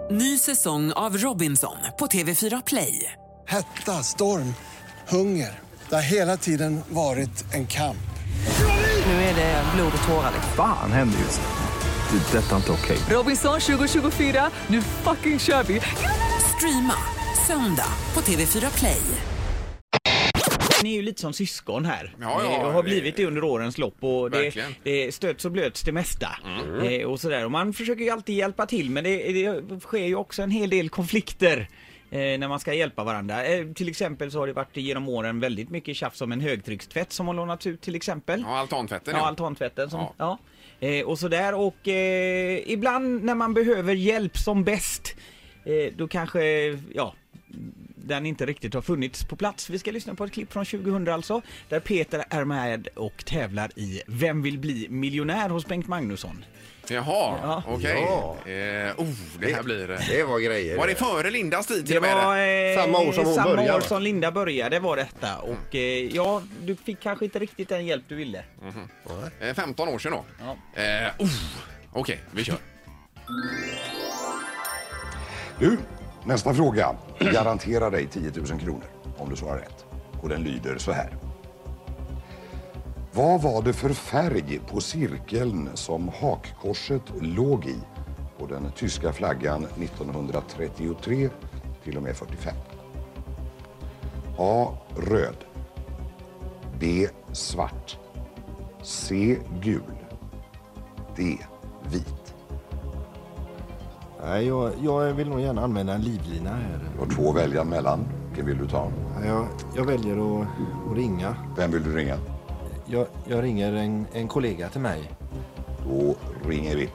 Ny säsong av Robinson på TV4 Play. Hetta, storm, hunger. Det har hela tiden varit en kamp. Nu är det blod och tårar. Fan händer just det. Detta är inte okej. Robinson 2024, nu fucking kör vi. Streama söndag på TV4 Play. Ni är ju lite som syskon här. Ja, och har blivit det under årens lopp. Och det stöts och blöts det mesta. Och sådär. Och man försöker ju alltid hjälpa till. Men det sker ju också en hel del konflikter när man ska hjälpa varandra. Till exempel så har det varit genom åren väldigt mycket tjafs om en högtryckstvätt som har lånats ut till exempel. Ja, altan-tvätten. Ja, altan-tvätten. Och sådär. Och ibland när man behöver hjälp som bäst, då kanske, den inte riktigt har funnits på plats. Vi ska lyssna på ett klipp från 2000 alltså, där Peter är med och tävlar i Vem vill bli miljonär hos Bengt Magnusson. Jaha, okej. Ja. Det här blir... Det var grejer. Var det före Lindas tid till Det och med? var Samma år som hon började. Samma år som Linda började var detta. Och du fick kanske inte riktigt den hjälp du ville. 15 år sedan då. Ja. Okej, vi kör. Du, nästa fråga garanterar dig 10 000 kronor om du svarar rätt. Och den lyder så här. Vad var det för färg på cirkeln som hakkorset låg i på den tyska flaggan 1933 till och med 45? A. Röd. B. Svart. C. Gul. D. Vit. Nej, jag vill nog gärna använda en livlina här. Du har 2 att välja mellan. Vilken vill du ta? Jag väljer att ringa. Vem vill du ringa? Jag ringer en kollega till mig. Då ringer vi.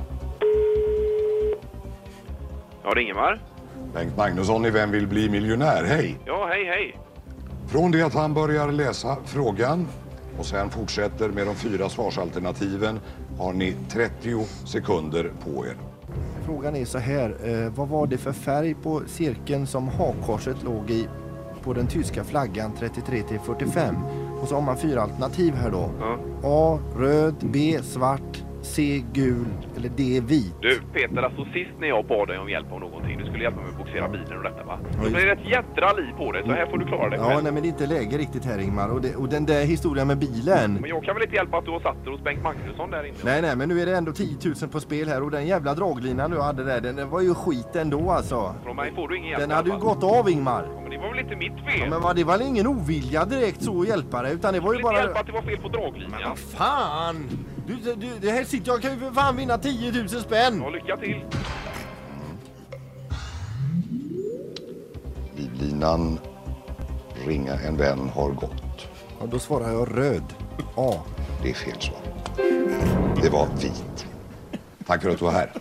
Ja, det är Ingemar. Bengt Magnusson i Vem vill bli miljonär? Hej! Ja, hej. Från det att han börjar läsa frågan och sen fortsätter med de 4 svarsalternativen har ni 30 sekunder på er. Frågan är så här. Vad var det för färg på cirkeln som hakkorset låg i på den tyska flaggan 33 till 45? Och så har man 4 alternativ här då. Ja. A. Röd. B. Svart. C. Gul. Eller D. Vit. Du, Peter, alltså sist när jag bad dig om hjälp om någonting, du skulle hjälpa mig att boxera bilen och detta, va? Då blir det ett jädra liv på det, så här får du klara dig själv. Ja, nej, men det är inte läge riktigt här, Ingmar. Och den där historien med bilen. Men jag kan väl inte hjälpa att du har satt dig hos Bengt Magnusson där inne? Nej, men nu är det ändå 10 000 på spel här. Och den jävla draglinan du hade där, den var ju skit ändå alltså. Från mig får du ingen hjälp. Den hade ju gått av, Ingmar. Ja, men det var väl inte mitt fel? Ja, men det var ingen ovilja direkt så att hjälpa dig, utan det var ju bara... hjälpa att det var fel på draglinan. Men vad fan! Det här sitter jag kan ju för fan vinna 10 000 spänn! Ja, lycka till! Livlinan ringa en vän har gått. Ja, då svarar jag röd. A. Det är fel svar. Det var vit. Tack för att du var här.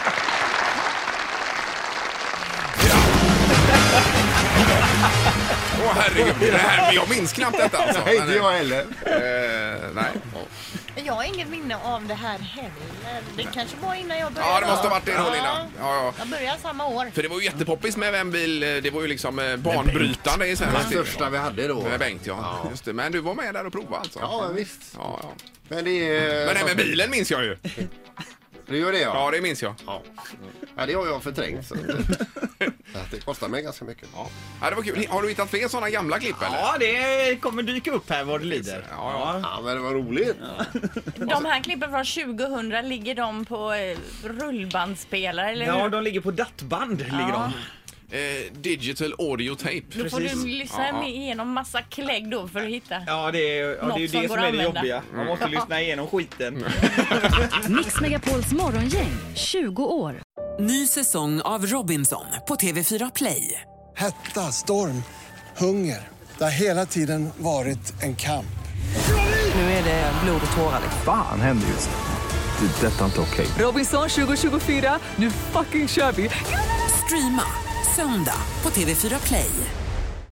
Herregud, det här, men jag minns knappt detta alltså. Nej, inte jag heller. Nej. Jag har inget minne av det här heller. Det kanske var innan jag började. Ja, det måste ha varit det då, Linda. Ja. Jag började samma år. För det var ju jättepoppis med Vem vill, det var ju liksom banbrytande i svensk Det största vi hade då. med Bengt, ja. Just det. Men du var med där och provade alltså. Ja, visst. Ja. Men det är... Men det med bilen minns jag ju. Du gör det, ja. Ja, det minns jag. Ja, det har jag förträngt. Så. Det kostar mig ganska mycket. Ja, det var kul. Har du hittat fler sådana gamla klipp eller? Ja, det kommer dyka upp här vad det lider. Ja, men det var roligt. De här klippen från 2000, ligger de på rullbandspelare? Eller Ja, hur? de ligger på dattband. Ligger de. Digital audio tape. Då får du lyssna igenom massa klägg då för att hitta. Ja, det är ju det som är det jobbiga. Man måste lyssna igenom skiten. Mix Megapols morgongäng, 20 år. Ny säsong av Robinson på TV4 Play. Hetta, storm, hunger. Det har hela tiden varit en kamp. Nu är det blod och tårar. Fan händer just det. Detta är inte okej. Robinson 2024, nu fucking kör vi. Streama söndag på TV4 Play.